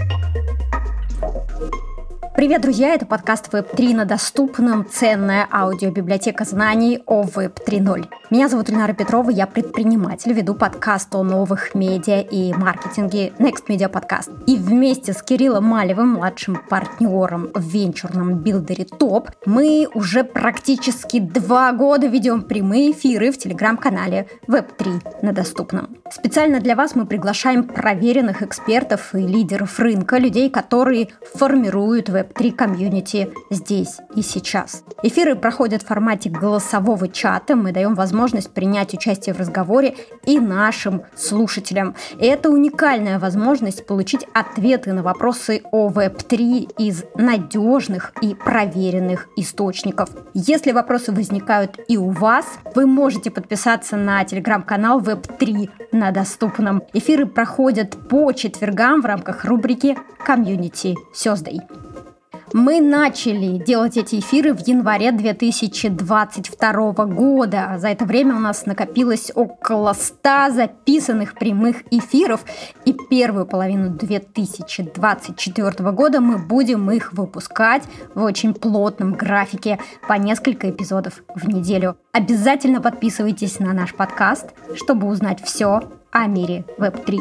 Привет, друзья! Это подкаст Web3 на доступном, ценная аудиобиблиотека знаний о Web 3.0. Меня зовут Ильнара Петрова, я предприниматель, веду подкаст о новых медиа и маркетинге Next Media Podcast. И вместе с Кириллом Малевым, младшим партнером в венчурном билдере ТОП, мы уже практически 2 года ведем прямые эфиры в телеграм-канале Web3 на доступном. Специально для вас мы приглашаем проверенных экспертов и лидеров рынка, людей, которые формируют Web3 комьюнити здесь и сейчас. Эфиры проходят в формате голосового чата. Мы даем возможность принять участие в разговоре и нашим слушателям. И это уникальная возможность получить ответы на вопросы о Web3 из надежных и проверенных источников. Если вопросы возникают и у вас, вы можете подписаться на телеграм-канал Web3 на доступном. Эфиры проходят по четвергам в рамках рубрики «Комьюнити Thursday». Мы начали делать эти эфиры в январе 2022 года. За это время у нас накопилось около 100 записанных прямых эфиров. И первую половину 2024 года мы будем их выпускать в очень плотном графике по несколько эпизодов в неделю. Обязательно подписывайтесь на наш подкаст, чтобы узнать все о мире Web3.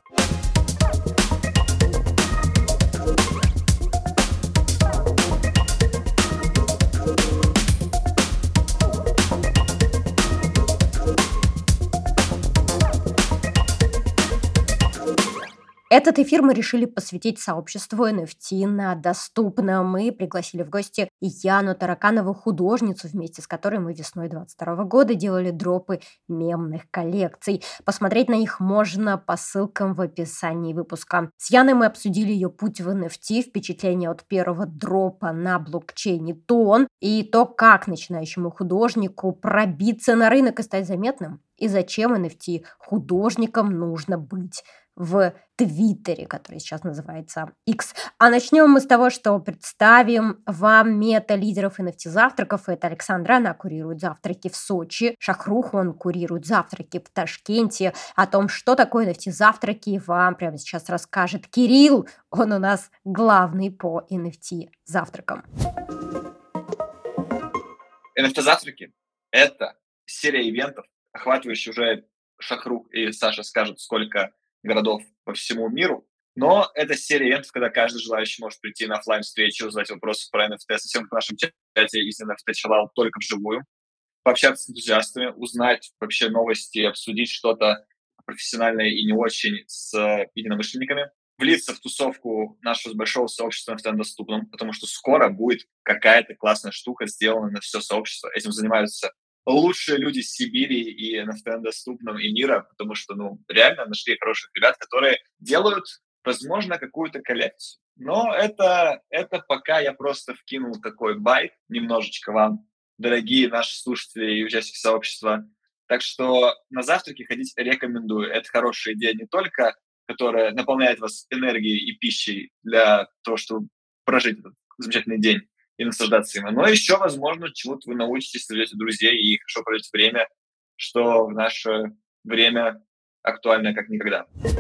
Этот эфир мы решили посвятить сообществу NFT на доступном. Мы пригласили в гости Яну Тараканову, художницу, вместе с которой мы весной 2022 года делали дропы мемных коллекций. Посмотреть на них можно по ссылкам в описании выпуска. С Яной мы обсудили ее путь в NFT, впечатления от первого дропа на блокчейне Тон и то, как начинающему художнику пробиться на рынок и стать заметным, и зачем NFT художникам нужно быть в Твиттере, который сейчас называется X. А начнем мы с того, что представим вам мета-лидеров NFT-завтраков. Это Александра, она курирует завтраки в Сочи. Шахрух, он курирует завтраки в Ташкенте. О том, что такое NFT-завтраки, вам прямо сейчас расскажет Кирилл. Он у нас главный по NFT-завтракам. NFT-завтраки – это серия ивентов, охватывающая уже Шахрух и Саша скажут, сколько городов по всему миру, но это серия ивентов, когда каждый желающий может прийти на офлайн-встречу, задать вопросы про NFT, совсем в нашем чате из NFT Чалал только вживую, пообщаться с энтузиастами, узнать вообще новости, обсудить что-то профессиональное и не очень с единомышленниками, влиться в тусовку нашего большого сообщества NFT доступном, потому что скоро будет какая-то классная штука, сделана на все сообщество. Этим занимаются лучшие люди с Сибири и NFT доступном и мира, потому что, реально нашли хороших ребят, которые делают, возможно, какую-то коллекцию. Но это пока я просто вкинул такой байт немножечко вам, дорогие наши слушатели и участники сообщества. Так что на завтраки ходить рекомендую. Это хорошая идея не только, которая наполняет вас энергией и пищей для того, чтобы прожить этот замечательный день и наслаждаться им. Но еще, возможно, чему-то вы научитесь, найдете друзей и хорошо проведете время, что в наше время актуально как никогда.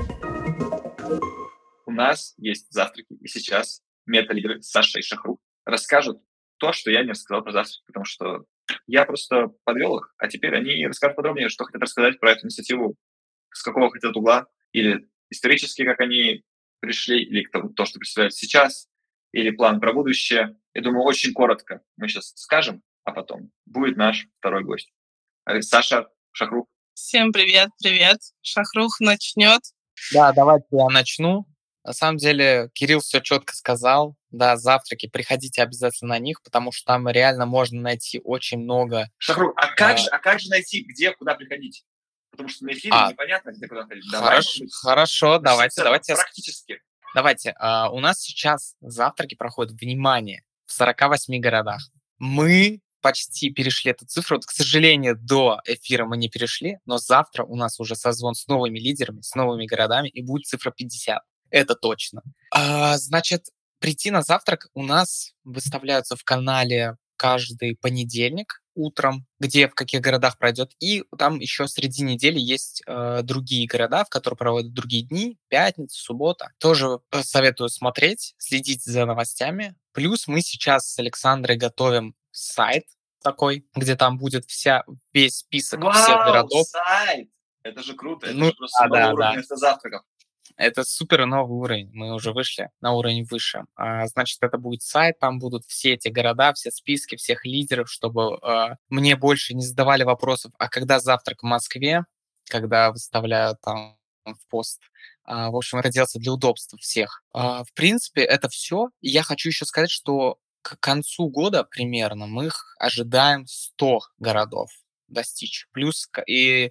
У нас есть завтраки, и сейчас мета-лидеры Саша и Шахрух расскажут то, что я не рассказал про завтраки, потому что я просто подвел их, а теперь они расскажут подробнее, что хотят рассказать про эту инициативу, с какого хотят угла, или исторически, как они пришли, или то, что представляют сейчас, или план про будущее. Я думаю, очень коротко мы сейчас скажем, а потом будет наш второй гость. Саша, Шахрух. Всем привет. Шахрух начнет. Да, давайте я начну. На самом деле, Кирилл все четко сказал. Да, завтраки, приходите обязательно на них, потому что там реально можно найти очень много... Шахрух, как же найти, где, куда приходить? Потому что на эфире непонятно, где куда ходить. Хорошо, давайте. Практически. Давайте. У нас сейчас завтраки проходят, внимание, в 48 городах. Мы почти перешли эту цифру. Вот, к сожалению, до эфира мы не перешли, но завтра у нас уже созвон с новыми лидерами, с новыми городами, и будет цифра 50. Это точно. Значит, прийти на завтрак у нас выставляются в канале каждый понедельник. утром, где в каких городах пройдет. И там еще среди недели есть другие города, в которые проводят другие дни, пятница, суббота. Тоже советую смотреть, следить за новостями. Плюс мы сейчас с Александрой готовим сайт такой, где там будет весь список всех Вау, городов. сайт! Это же круто, это Ну, же просто новый да, уровень да. вместо завтраков. Это супер новый уровень. Мы уже вышли на уровень выше. Значит, это будет сайт, там будут все эти города, все списки всех лидеров, чтобы мне больше не задавали вопросов, а когда завтрак в Москве, когда выставляют там в пост. В общем, это делается для удобства всех. В принципе, это все. И я хочу еще сказать, что к концу года примерно мы ожидаем 100 городов достичь. Плюс и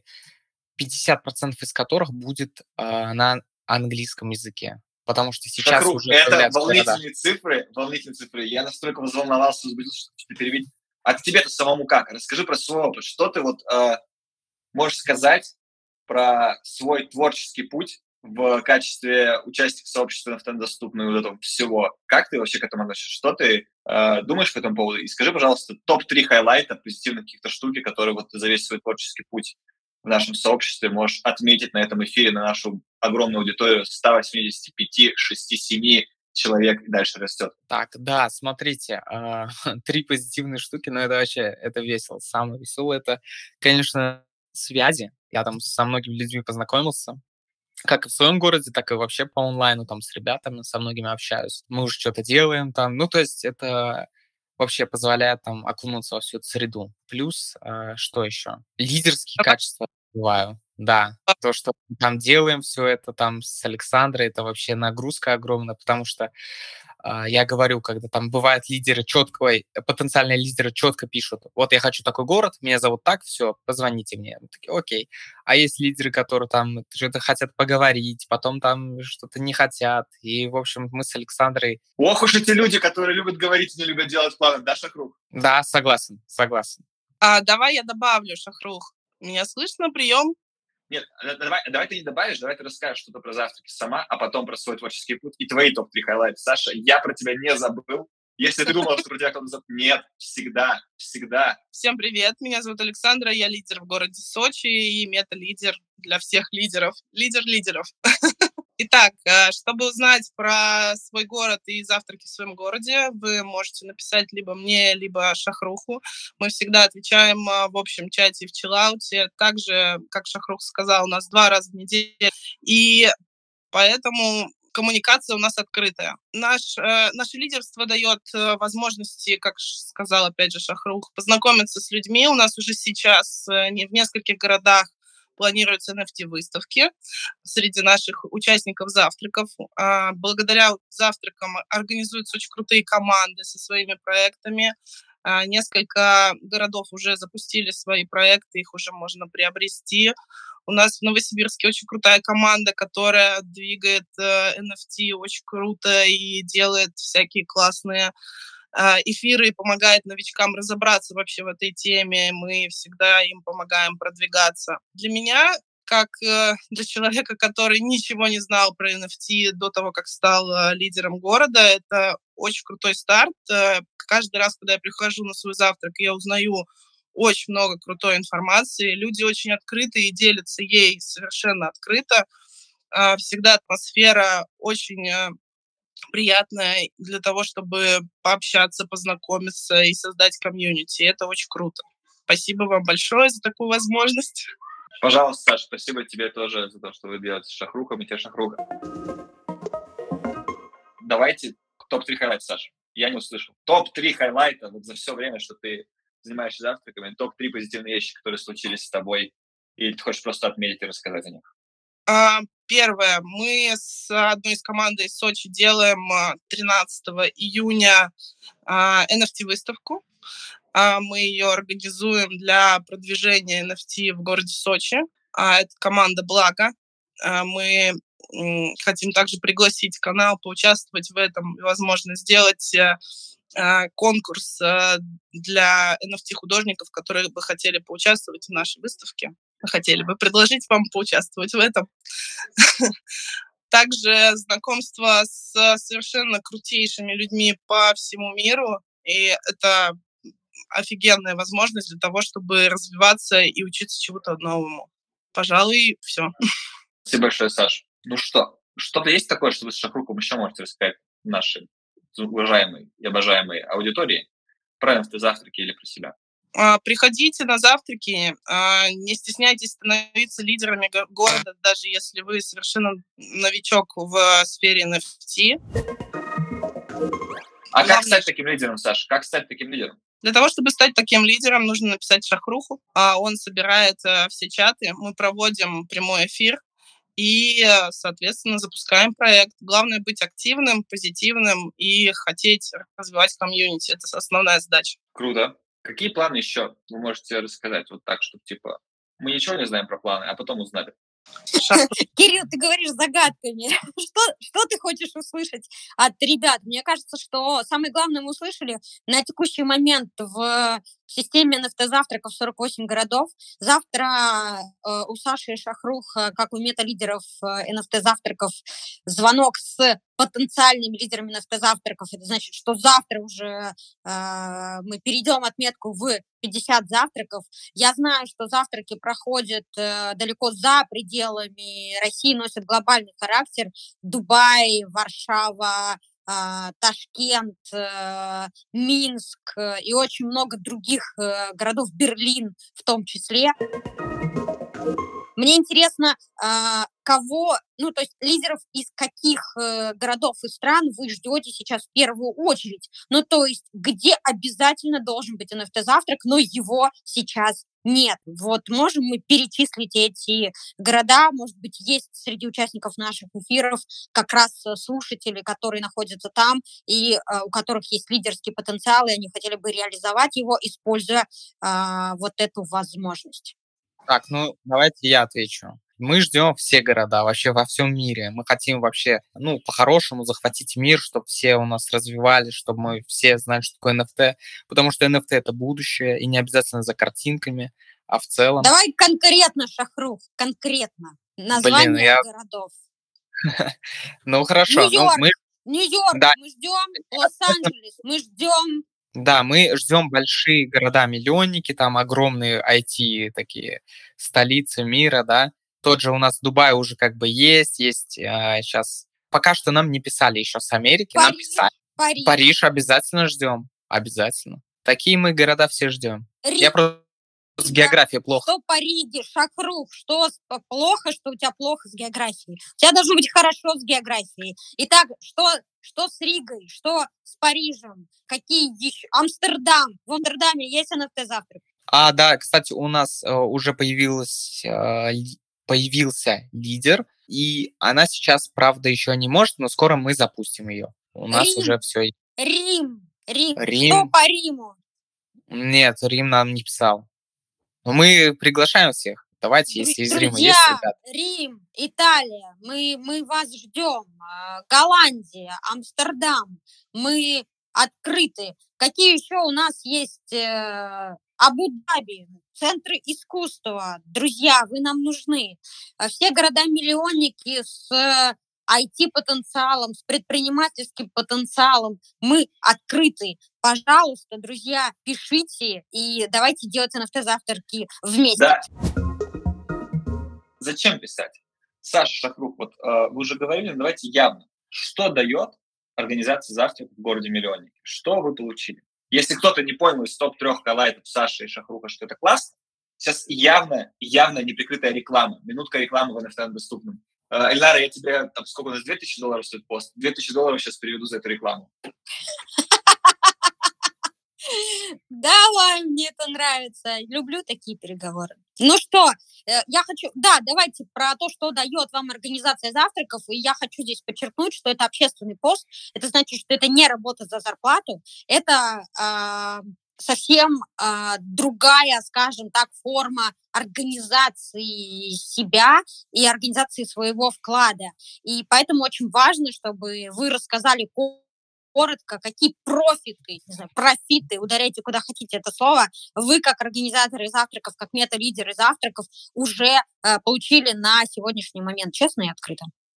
50% из которых будет на английском языке. Потому что сейчас Шахрух, уже это появляются города. волнительные цифры. Я настолько взволновался, возбудился, что ты переведешь. А тебе-то самому как? Расскажи про свой опыт. Что ты можешь сказать про свой творческий путь в качестве участника сообщества NFT доступно и вот этого всего? Как ты вообще к этому относишься? Что ты думаешь по этому поводу? И скажи, пожалуйста, топ-3 хайлайта позитивных каких-то штук, которые вот ты за весь свой творческий путь в нашем сообществе можешь отметить на этом эфире, на нашу огромную аудиторию 185, 6, 7 человек и дальше растет. Так, да, смотрите, 3 позитивные штуки, но это вообще, это весело. Самое веселое — это, конечно, связи. Я там со многими людьми познакомился, как и в своем городе, так и вообще по онлайну, там с ребятами, со многими общаюсь. Мы уже что-то делаем там. Ну, то есть это вообще позволяет там окунуться во всю эту среду. Плюс, что еще? Лидерские качества развиваю. Да, то, что мы там делаем, все это там с Александрой, это вообще нагрузка огромная, потому что я говорю, когда там бывают лидеры потенциальные лидеры четко пишут: вот я хочу такой город, меня зовут так, все, позвоните мне. Мы такие: окей. А есть лидеры, которые там что-то хотят поговорить, потом там что-то не хотят. И, в общем, мы с Александрой... Ох уж эти люди, которые любят говорить и не любят делать планы, да, Шахрух? Да, согласен. Давай я добавлю, Шахрух. Меня слышно? Прием? Нет, давай ты не добавишь, давай ты расскажешь что-то про завтраки сама, а потом про свой творческий путь и твои топ-3 хайлайты. Саша, я про тебя не забыл. Если ты думала, что про тебя кто-то забыл, нет, всегда. Всем привет, меня зовут Александра, я лидер в городе Сочи и мета-лидер для всех лидеров. Лидер лидеров. Итак, чтобы узнать про свой город и завтраки в своем городе, вы можете написать либо мне, либо Шахруху. Мы всегда отвечаем в общем чате в чиллауте. Также, как Шахрух сказал, у нас 2 раза в неделю. И поэтому коммуникация у нас открытая. Наше лидерство дает возможности, как сказал опять же Шахрух, познакомиться с людьми. У нас уже сейчас в нескольких городах планируются NFT-выставки среди наших участников завтраков. Благодаря завтракам организуются очень крутые команды со своими проектами. Несколько городов уже запустили свои проекты, их уже можно приобрести. У нас в Новосибирске очень крутая команда, которая двигает NFT очень круто и делает всякие классные эфиры и помогает новичкам разобраться вообще в этой теме. Мы всегда им помогаем продвигаться. Для меня, как для человека, который ничего не знал про NFT до того, как стал лидером города, это очень крутой старт. Каждый раз, когда я прихожу на свой завтрак, я узнаю очень много крутой информации. Люди очень открыты и делятся ей совершенно открыто. Всегда атмосфера очень приятная для того, чтобы пообщаться, познакомиться и создать комьюнити. Это очень круто. Спасибо вам большое за такую возможность. Пожалуйста, Саша, спасибо тебе тоже за то, что вы делаете с Шахрухом и тебе Шахруха. Давайте топ-3 хайлайта, Саша. Я не услышал. Топ-3 хайлайта вот за все время, что ты занимаешься завтраками, топ-3 позитивные вещи, которые случились с тобой, или ты хочешь просто отметить и рассказать о них? Первое. Мы с одной из команды из Сочи делаем 13 июня NFT-выставку. Мы ее организуем для продвижения NFT в городе Сочи. Это команда «Благо». Мы хотим также пригласить канал, поучаствовать в этом, возможно, сделать конкурс для NFT-художников, которые бы хотели поучаствовать в нашей выставке. Хотели бы предложить вам поучаствовать в этом. Также знакомство с совершенно крутейшими людьми по всему миру. И это офигенная возможность для того, чтобы развиваться и учиться чему-то новому. Пожалуй, все. Спасибо большое, Саш. Ну что-то есть такое, что вы с Шахруком еще можете рассказать нашей уважаемой и обожаемой аудитории про завтраки или про себя? Приходите на завтраки, не стесняйтесь становиться лидерами города, даже если вы совершенно новичок в сфере NFT. Как стать таким лидером, Саш? Как стать таким лидером? Для того, чтобы стать таким лидером, нужно написать Шахруху. Он собирает все чаты, мы проводим прямой эфир и, соответственно, запускаем проект. Главное быть активным, позитивным и хотеть развивать комьюнити. Это основная задача. Круто. Какие планы еще вы можете рассказать вот так, чтобы типа мы ничего не знаем про планы, а потом узнали? Кирилл, ты говоришь загадками. Что ты хочешь услышать от ребят? Мне кажется, что самое главное мы услышали на текущий момент в системе NFT-завтраков 48 городов. Завтра у Саши и Шахрух, как у мета-лидеров NFT-завтраков, звонок с потенциальными лидерами NFT-завтраков. Это значит, что завтра уже мы перейдем отметку в 50 завтраков. Я знаю, что завтраки проходят далеко за пределами России, носят глобальный характер. Дубай, Варшава, Ташкент, Минск и очень много других городов, Берлин в том числе. Мне интересно, кого, то есть лидеров из каких городов и стран вы ждете сейчас в первую очередь? То есть где обязательно должен быть NFT-завтрак, но его сейчас нет. Вот можем мы перечислить эти города? Может быть, есть среди участников наших эфиров как раз слушатели, которые находятся там и у которых есть лидерский потенциал, и они хотели бы реализовать его, используя вот эту возможность. Так, давайте я отвечу. Мы ждем все города вообще во всем мире. Мы хотим вообще, по-хорошему захватить мир, чтобы все у нас развивались, чтобы мы все знали, что такое NFT. Потому что NFT — это будущее, и не обязательно за картинками, а в целом. Давай конкретно, Шахрух, конкретно. Название городов. Хорошо. Нью-Йорк, да. Мы ждем. Лос-Анджелес, мы ждем. Да, мы ждем большие города-миллионники, там огромные IT такие столицы мира, да. Тот же у нас Дубай уже как бы есть сейчас. Пока что нам не писали еще с Америки, нам писали. Париж обязательно ждем, обязательно. Такие мы города все ждем. Я просто с географией плохо. Что по Риге, Шахрух, что плохо, что у тебя плохо с географией? У тебя должно быть хорошо с географией. Итак, что с Ригой, что с Парижем, какие еще? Амстердам. В Амстердаме есть NFT-завтрак? Да, кстати, у нас уже появился лидер, и она сейчас, правда, еще не может, но скоро мы запустим ее. У нас уже все. Рим. Что по Риму? Нет, Рим нам не писал. Но мы приглашаем всех. Давайте, если из Рима есть ребята. Рим, Италия, мы вас ждем. Голландия, Амстердам, мы открыты. Какие еще у нас есть? Абу-Даби, центры искусства. Друзья, вы нам нужны. Все города-миллионники с IT-потенциалом, с предпринимательским потенциалом. Мы открыты. Пожалуйста, друзья, пишите и давайте делать NFT-завтраки вместе. Да. Зачем писать? Саша, Шахрух, вы уже говорили, давайте явно. Что дает организация завтрака в городе-миллионнике? Что вы получили? Если кто-то не понял из топ-3 хайлайтов Саши и Шахруха, что это классно, сейчас явно неприкрытая реклама. Минутка рекламы в NFT доступном. Эльнара, я тебе, сколько у нас, $2000 стоит пост? $2000 сейчас переведу за эту рекламу. Давай, мне это нравится. Люблю такие переговоры. Я хочу... давайте про то, что дает вам организация завтраков. И я хочу здесь подчеркнуть, что это общественный пост. Это значит, что это не работа за зарплату. Это совсем другая, скажем так, форма организации себя и организации своего вклада. И поэтому очень важно, чтобы вы рассказали коротко, какие профиты, ударяйте куда хотите это слово, вы как организаторы завтраков, как мета-лидеры завтраков уже получили на сегодняшний момент, честно и открыто.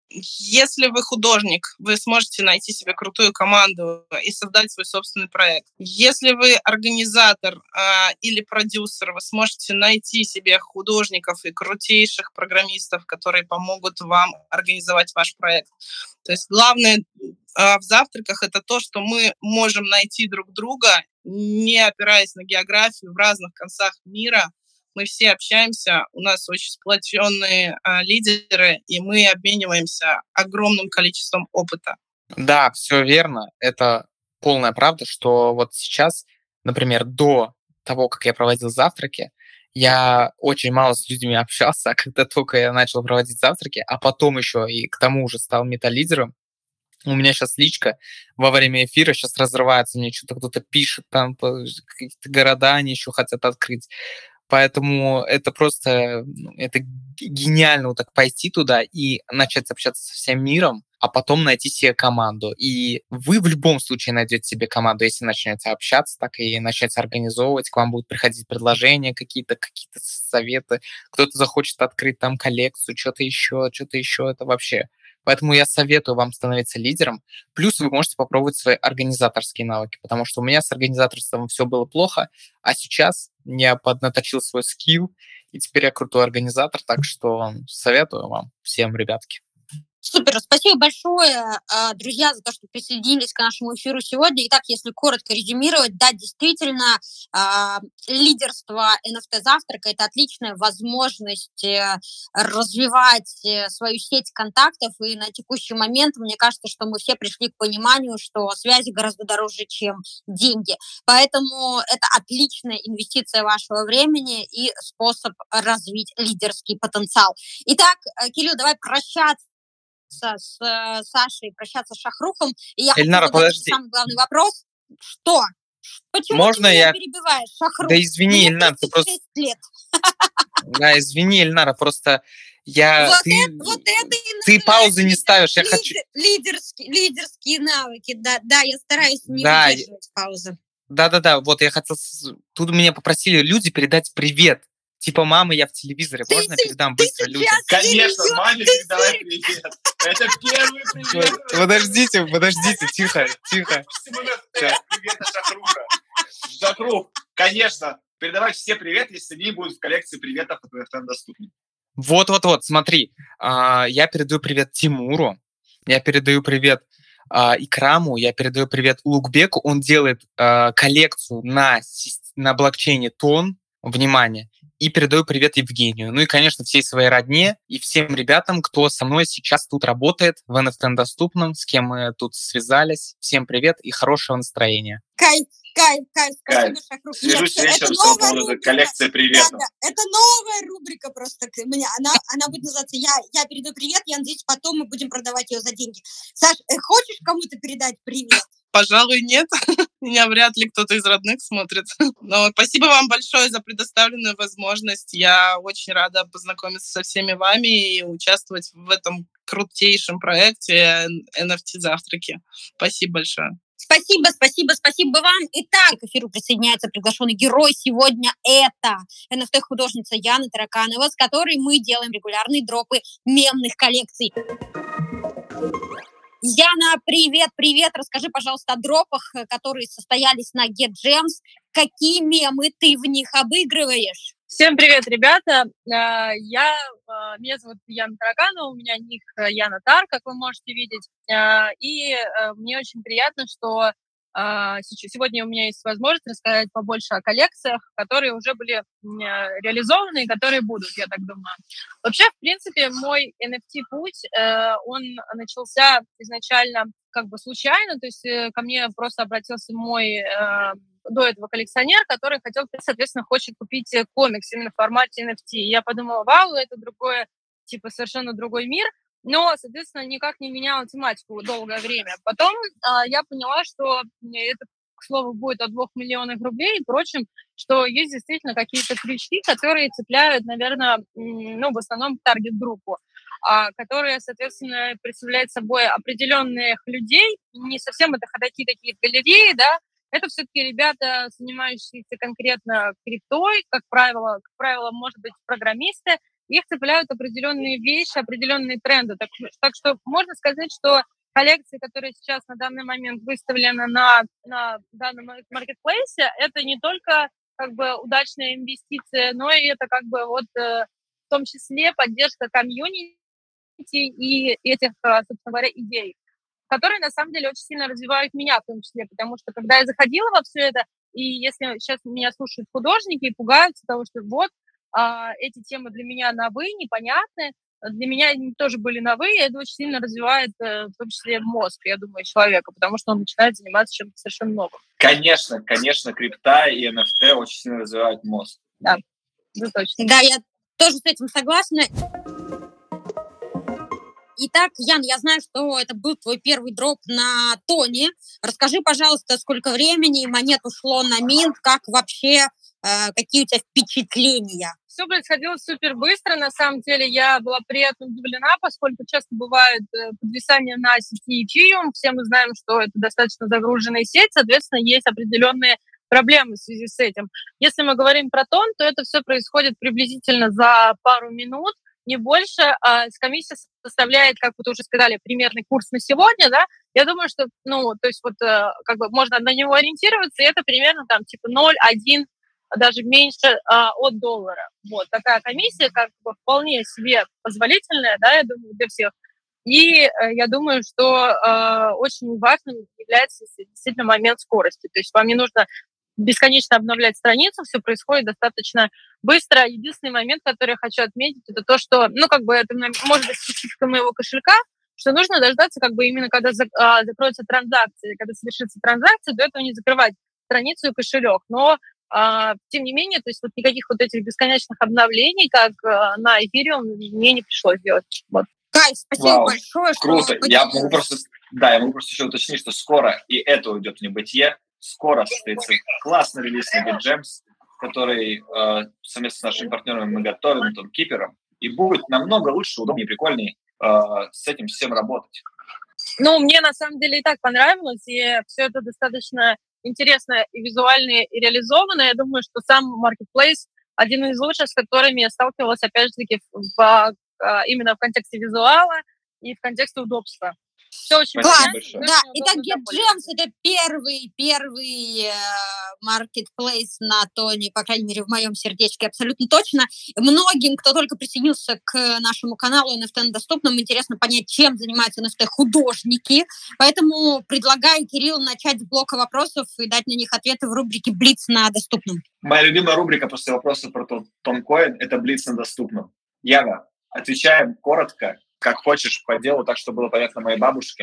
Если вы художник, вы сможете найти себе крутую команду и создать свой собственный проект. Если вы организатор или продюсер, вы сможете найти себе художников и крутейших программистов, которые помогут вам организовать ваш проект. То есть главное в завтраках это то, что мы можем найти друг друга, не опираясь на географию в разных концах мира. Мы все общаемся, у нас очень сплоченные лидеры, и мы обмениваемся огромным количеством опыта. Да, все верно. Это полная правда, что вот сейчас, например, до того, как я проводил завтраки, я очень мало с людьми общался, а когда только я начал проводить завтраки, а потом еще и к тому же стал мета-лидером, у меня сейчас личка во время эфира сейчас разрывается, мне что-то кто-то пишет, там какие-то города они еще хотят открыть. Поэтому это просто, это гениально вот так пойти туда и начать общаться со всем миром, а потом найти себе команду. И вы в любом случае найдете себе команду, если начнете общаться, так и начнете организовывать, к вам будут приходить предложения какие-то советы, кто-то захочет открыть там коллекцию, что-то еще, это вообще. Поэтому я советую вам становиться лидером. Плюс вы можете попробовать свои организаторские навыки, потому что у меня с организаторством все было плохо, а сейчас я поднаточил свой скилл, и теперь я крутой организатор, так что советую вам всем, ребятки. Супер, спасибо большое, друзья, за то, что присоединились к нашему эфиру сегодня. Итак, если коротко резюмировать, да, действительно, лидерство NFT-завтрака – это отличная возможность развивать свою сеть контактов, и на текущий момент, мне кажется, что мы все пришли к пониманию, что связи гораздо дороже, чем деньги. Поэтому это отличная инвестиция вашего времени и способ развить лидерский потенциал. Итак, Кирилл, давай прощаться с Сашей, прощаться с Шахрухом. И я Эльнара, хочу задать подожди. самый главный вопрос. Что? Почему Можно ты меня я... перебиваешь, Шахрух? Да извини, Мне Эльнар, ты 36 просто... лет. Да, извини, Эльнара, просто я... Вот это и Ты паузы не ставишь, я хочу... Лидерские навыки, да, я стараюсь не Да, выдерживать паузы. Да, вот я хотел... Тут меня попросили люди передать привет. Типа, мама, я в телевизоре, можно передам быстро людям? Конечно, маме передавай привет. Это первый привет. Подождите, тихо. Привет от Шахруха. Шахрух, конечно, передавай все привет, если они будут в коллекции приветов от NFT доступны. Вот, смотри. Я передаю привет Тимуру, я передаю привет Икраму, я передаю привет Лукбеку. Он делает коллекцию на блокчейне Тон. Внимание. И передаю привет Евгению. Ну и, конечно, всей своей родне и всем ребятам, кто со мной сейчас тут работает в NFT доступном, с кем мы тут связались. Всем привет и хорошего настроения. Кайф. Спасибо, Шахрух. Свяжусь вечером с поводу коллекции приветов. Да. Это новая рубрика просто. Она будет называться «Я передаю привет». Я надеюсь, потом мы будем продавать ее за деньги. Саш, хочешь кому-то передать привет? Пожалуй, нет. Меня вряд ли кто-то из родных смотрит. Но спасибо вам большое за предоставленную возможность. Я очень рада познакомиться со всеми вами и участвовать в этом крутейшем проекте NFT-завтраки. Спасибо большое. Спасибо вам. Итак, к эфиру присоединяется приглашенный герой сегодня. Это NFT-художница Яна Тараканова, с которой мы делаем регулярные дропы мемных коллекций. Яна, привет. Расскажи, пожалуйста, о дропах, которые состоялись на GetGems. Какие мемы ты в них обыгрываешь? Всем привет, ребята. Меня зовут Яна Тараканова, у меня ник Яна Тар, как вы можете видеть. И мне очень приятно, что сегодня у меня есть возможность рассказать побольше о коллекциях, которые уже были реализованы и которые будут, я так думаю. Вообще, в принципе, мой NFT-путь, он начался изначально как бы случайно, то есть ко мне просто обратился мой до этого коллекционер, который хотел, соответственно, хочет купить комикс именно в формате NFT. И я подумала, вау, это другое, типа совершенно другой мир, но, соответственно, никак не меняла тематику долгое время. Потом я поняла, что это, к слову, будет от 2 миллионов рублей и прочим, что есть действительно какие-то крючки, которые цепляют, наверное, в основном таргет-группу, которые, соответственно, представляют собой определенных людей, не совсем это ходаки какие-то галереи, да, это все-таки ребята, занимающиеся конкретно криптой, как правило, может быть, программисты, их цепляют определенные вещи, определенные тренды. Так что можно сказать, что коллекции, которые сейчас на данный момент выставлены на данном маркетплейсе, это не только как бы удачная инвестиция, но и это как бы вот в том числе поддержка комьюнити и этих, собственно говоря, идей, которые на самом деле очень сильно развивают меня в том числе, потому что когда я заходила во все это, и если сейчас меня слушают художники и пугаются того, что вот эти темы для меня новые, непонятны, для меня они тоже были новые, и это очень сильно развивает в том числе мозг, я думаю, человека, потому что он начинает заниматься чем-то совершенно новым. Конечно, крипта и NFT очень сильно развивают мозг. Да, это точно. Да, я тоже с этим согласна. Итак, Ян, я знаю, что это был твой первый дроп на Тони. Расскажи, пожалуйста, сколько времени монет ушло на минт, как вообще, какие у тебя впечатления? Все происходило супер быстро. На самом деле я была приятно удивлена, поскольку часто бывает подвисание на сети Ethereum. Все мы знаем, что это достаточно загруженная сеть, соответственно, есть определенные проблемы в связи с этим. Если мы говорим про Тон, то это все происходит приблизительно за пару минут, не больше. Комиссия составляет, как вы уже сказали, примерный курс на сегодня, да. Я думаю, что, то есть вот как бы можно на него ориентироваться, и это примерно там типа 0,1, даже меньше от доллара. Вот такая комиссия, как бы вполне себе позволительная, да, я думаю, для всех. И я думаю, что очень важным является действительно момент скорости. То есть вам не нужно бесконечно обновлять страницу, все происходит достаточно быстро. Единственный момент, который я хочу отметить, это то, что, это может быть специфика моего кошелька, что нужно дождаться, именно когда закроется транзакция, когда совершится транзакция, до этого не закрывать страницу и кошелек. Но, тем не менее, то есть вот никаких вот этих бесконечных обновлений, как на Ethereum, мне не пришлось делать. Вот. Кайф, спасибо большое. Круто. Я могу просто еще уточнить, что скоро и это уйдет в небытие. Скоро состоится классный релиз на BitGems, который совместно с нашими партнерами мы готовим, Тонкипером, и будет намного лучше, удобнее, прикольнее с этим всем работать. Мне на самом деле и так понравилось, и все это достаточно интересно и визуально и реализовано. Я думаю, что сам Marketplace один из лучших, с которыми я сталкивалась, опять же таки, именно в контексте визуала и в контексте удобства. Все очень классно. Да. Итак, BitGems — это первый маркетплейс на Тони, по крайней мере, в моем сердечке абсолютно точно. Многим, кто только присоединился к нашему каналу NFT на доступном, интересно понять, чем занимаются NFT-художники. Поэтому предлагаю Кириллу начать с блока вопросов и дать на них ответы в рубрике «Блиц на доступном». Моя любимая рубрика после вопросов про Тонкоин — это «Блиц на доступном». Ява, отвечаем коротко, как хочешь, по делу, так, чтобы было понятно моей бабушке.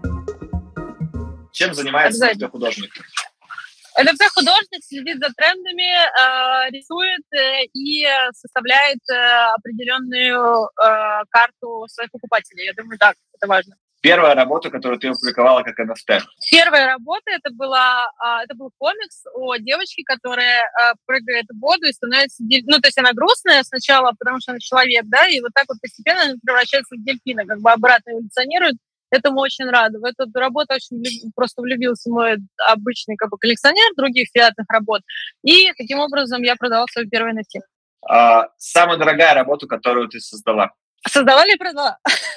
Чем занимается NFT-художник? NFT-художник следит за трендами, рисует и составляет определенную карту своих покупателей. Я думаю, да, это важно. Первая работа, которую ты опубликовала как NFT? Первая работа это был комикс о девочке, которая прыгает в воду и становится... то есть она грустная сначала, потому что она человек, да, и вот так вот постепенно она превращается в дельфина, обратно эволюционирует. Этому очень рада. В эту работу очень просто влюбился мой обычный коллекционер других фиатных работ. И таким образом я продала свою первую NFT. Самая дорогая работа, которую ты создала? Создала или продала?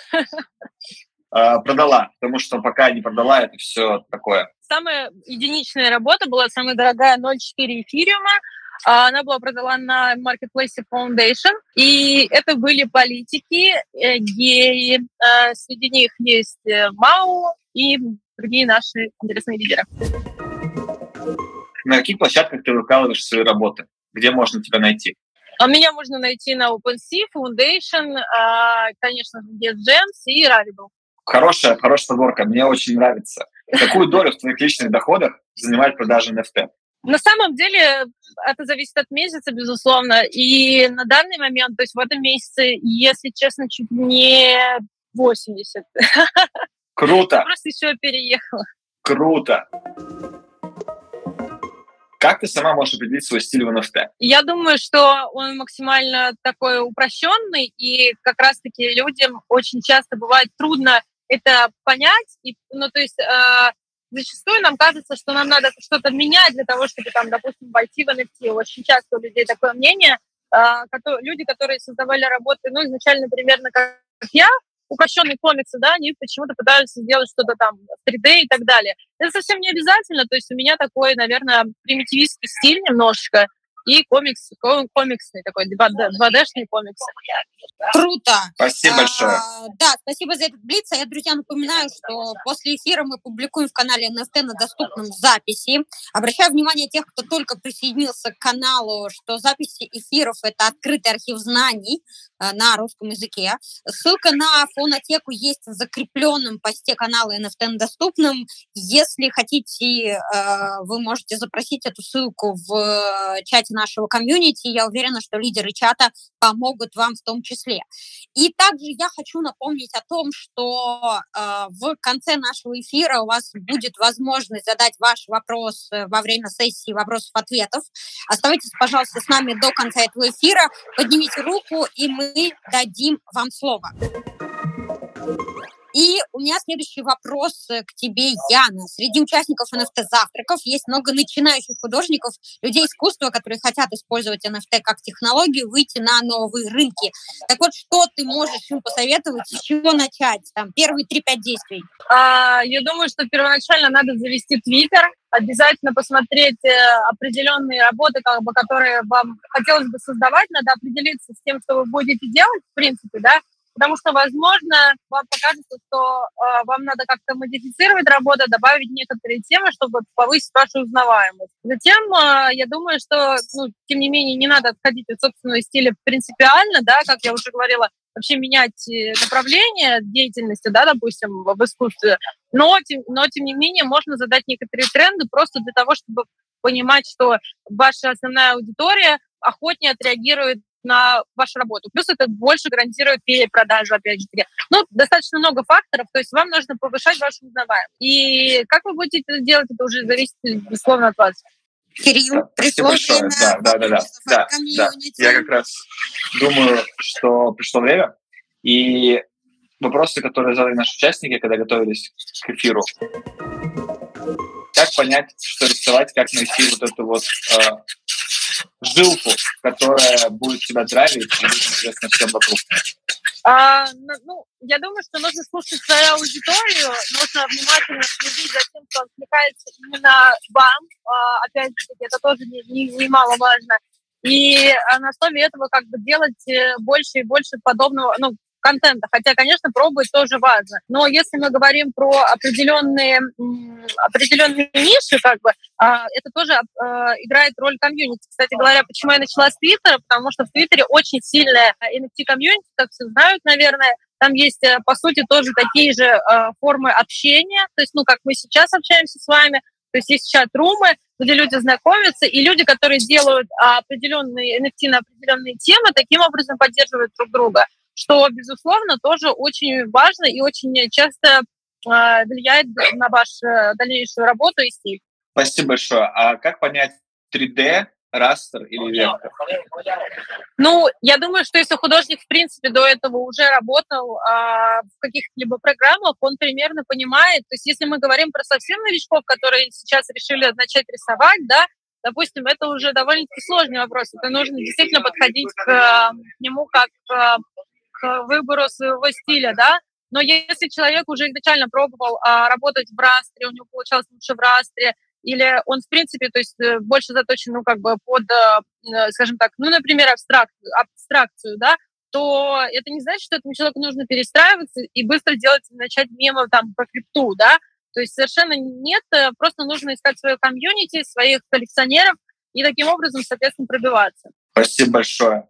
Продала, потому что пока не продала, это все такое. Самая единичная работа была самая дорогая, 0,4 эфириума. Она была продана на маркетплейсе Foundation. И это были политики, геи. Среди них есть Мао и другие наши интересные лидеры. На каких площадках ты выкладываешь свои работы? Где можно тебя найти? Меня можно найти на OpenSea, Foundation, конечно, BitGems и Rarible. Хорошая подборка, мне очень нравится. Какую долю в твоих личных доходах занимает продажа NFT? На самом деле это зависит от месяца, безусловно. И на данный момент, то есть в этом месяце, если честно, чуть не 80. Круто! Я просто еще переехала. Круто! Как ты сама можешь определить свой стиль в NFT? Я думаю, что он максимально такой упрощенный, и как раз-таки людям очень часто бывает трудно это понять. Зачастую нам кажется, что нам надо что-то менять для того, чтобы, допустим, войти в NFT. Очень часто у людей такое мнение. люди, которые создавали работы, ну, изначально примерно как я, упрощенные комиксы, да, они почему-то пытаются сделать что-то там в 3D и так далее. Это совсем не обязательно, то есть у меня такой, наверное, примитивистский стиль немножечко, и комиксный такой, 2D-шный комикс. Круто. Спасибо большое. Да, спасибо за этот блиц. А я, друзья, напоминаю, что после эфира мы публикуем в канале NFT на доступном записи. Обращаю внимание тех, кто только присоединился к каналу, что записи эфиров — это открытый архив знаний на русском языке. Ссылка на фонотеку есть в закрепленном посте канала NFT на доступном. Если хотите, вы можете запросить эту ссылку в чате нашего комьюнити. Я уверена, что лидеры чата помогут вам в том числе. И также я хочу напомнить о том, что в конце нашего эфира у вас будет возможность задать ваш вопрос во время сессии вопросов-ответов. Оставайтесь, пожалуйста, с нами до конца этого эфира. Поднимите руку, и мы дадим вам слово. И у меня следующий вопрос к тебе, Яна. Среди участников NFT-завтраков есть много начинающих художников, людей искусства, которые хотят использовать NFT как технологию, выйти на новые рынки. Так вот, что ты можешь им посоветовать, с чего начать? Там, первые 3-5 действий. Я думаю, что первоначально надо завести Twitter, обязательно посмотреть определенные работы, которые вам хотелось бы создавать, надо определиться с тем, что вы будете делать, в принципе, да, потому что, возможно, вам покажется, что вам надо как-то модифицировать работу, добавить некоторые темы, чтобы повысить вашу узнаваемость. Затем, я думаю, что, тем не менее, не надо отходить от собственного стиля принципиально, да, как я уже говорила, вообще менять направление деятельности, да, допустим, в искусстве, но тем не менее можно задать некоторые тренды просто для того, чтобы понимать, что ваша основная аудитория охотнее отреагирует на вашу работу. Плюс это больше гарантирует перепродажу, опять же таки. Достаточно много факторов, то есть вам нужно повышать вашу узнаваемость. И как вы будете это делать, это уже зависит, безусловно, от вас. Кирилл, пришло время. Да. Я как раз думаю, что пришло время. И вопросы, которые задали наши участники, когда готовились к эфиру. Как понять, что рисовать, как найти вот эту вот жилку, которая будет тебя драйвить и будет интересна всем вокруг? Я думаю, что нужно слушать свою аудиторию, нужно внимательно следить за тем, что откликается именно вам. Опять же, это тоже немаловажно. И на основе этого делать больше и больше подобного, контента. Хотя, конечно, пробовать тоже важно. Но если мы говорим про определенные ниши, это тоже играет роль комьюнити. Кстати говоря, почему я начала с Твиттера? Потому что в Твиттере очень сильная NFT-комьюнити, как все знают, наверное. Там есть, по сути, тоже такие же формы общения. То есть, как мы сейчас общаемся с вами, то есть есть чат-румы, где люди знакомятся, и люди, которые делают определенные NFT на определенные темы, таким образом поддерживают друг друга, что, безусловно, тоже очень важно и очень часто влияет на вашу дальнейшую работу и стиль. Спасибо большое. А как понять 3D, растер или вектор? Я думаю, что если художник, в принципе, до этого уже работал в каких-либо программах, он примерно понимает. То есть если мы говорим про совсем новичков, которые сейчас решили начать рисовать, да, допустим, это уже довольно-таки сложный вопрос. Это нужно действительно подходить к нему как к выбору своего стиля, да. Но если человек уже изначально пробовал работать в растре, у него получалось лучше в растре, или он, в принципе, то есть больше заточен, под, скажем так, например, абстракцию, да, то это не значит, что этому человеку нужно перестраиваться и быстро начать мемы по крипту, да. То есть совершенно нет, просто нужно искать свое комьюнити, своих коллекционеров и таким образом, соответственно, пробиваться. Спасибо большое.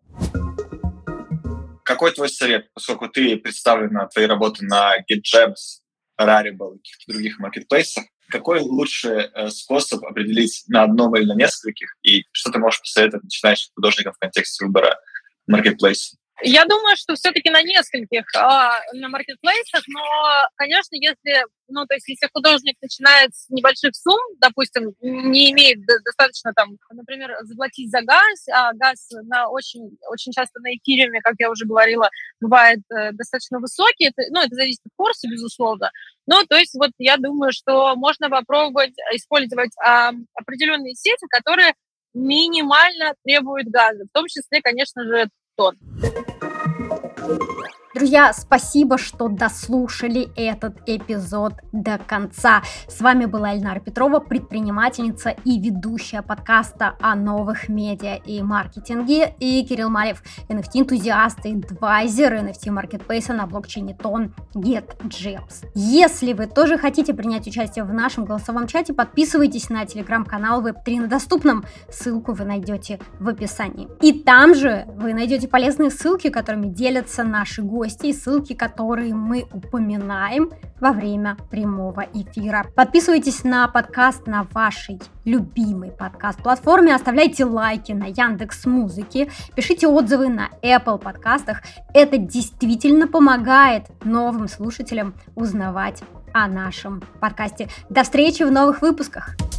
Какой твой совет, поскольку ты представлена, твои работы на GetGems, Rarible и каких-то других маркетплейсах, какой лучший способ определить на одном или на нескольких, и что ты можешь посоветовать начинающим художникам в контексте выбора маркетплейса? Я думаю, что все-таки на нескольких на маркетплейсах, но, конечно, если художник начинает с небольших сумм, допустим, не имеет достаточно например, заплатить за газ, а газ очень, очень часто на эфириуме, как я уже говорила, бывает достаточно высокий, это зависит от курса, безусловно. Я думаю, что можно попробовать использовать определенные сети, которые минимально требует газа, в том числе, конечно же, тон. Друзья, спасибо, что дослушали этот эпизод до конца. С вами была Эльнара Петрова, предпринимательница и ведущая подкаста о новых медиа и маркетинге, и Кирилл Малев, NFT-энтузиаст и адвайзер NFT-маркетплейса на блокчейне Тон GetJabs. Если вы тоже хотите принять участие в нашем голосовом чате, подписывайтесь на телеграм-канал Web3 на доступном. Ссылку вы найдете в описании. И там же вы найдете полезные ссылки, которыми делятся наши гости, и ссылки, которые мы упоминаем во время прямого эфира. Подписывайтесь на подкаст на вашей любимой подкаст-платформе, оставляйте лайки на Яндекс.Музыке, пишите отзывы на Apple подкастах. Это действительно помогает новым слушателям узнавать о нашем подкасте. До встречи в новых выпусках!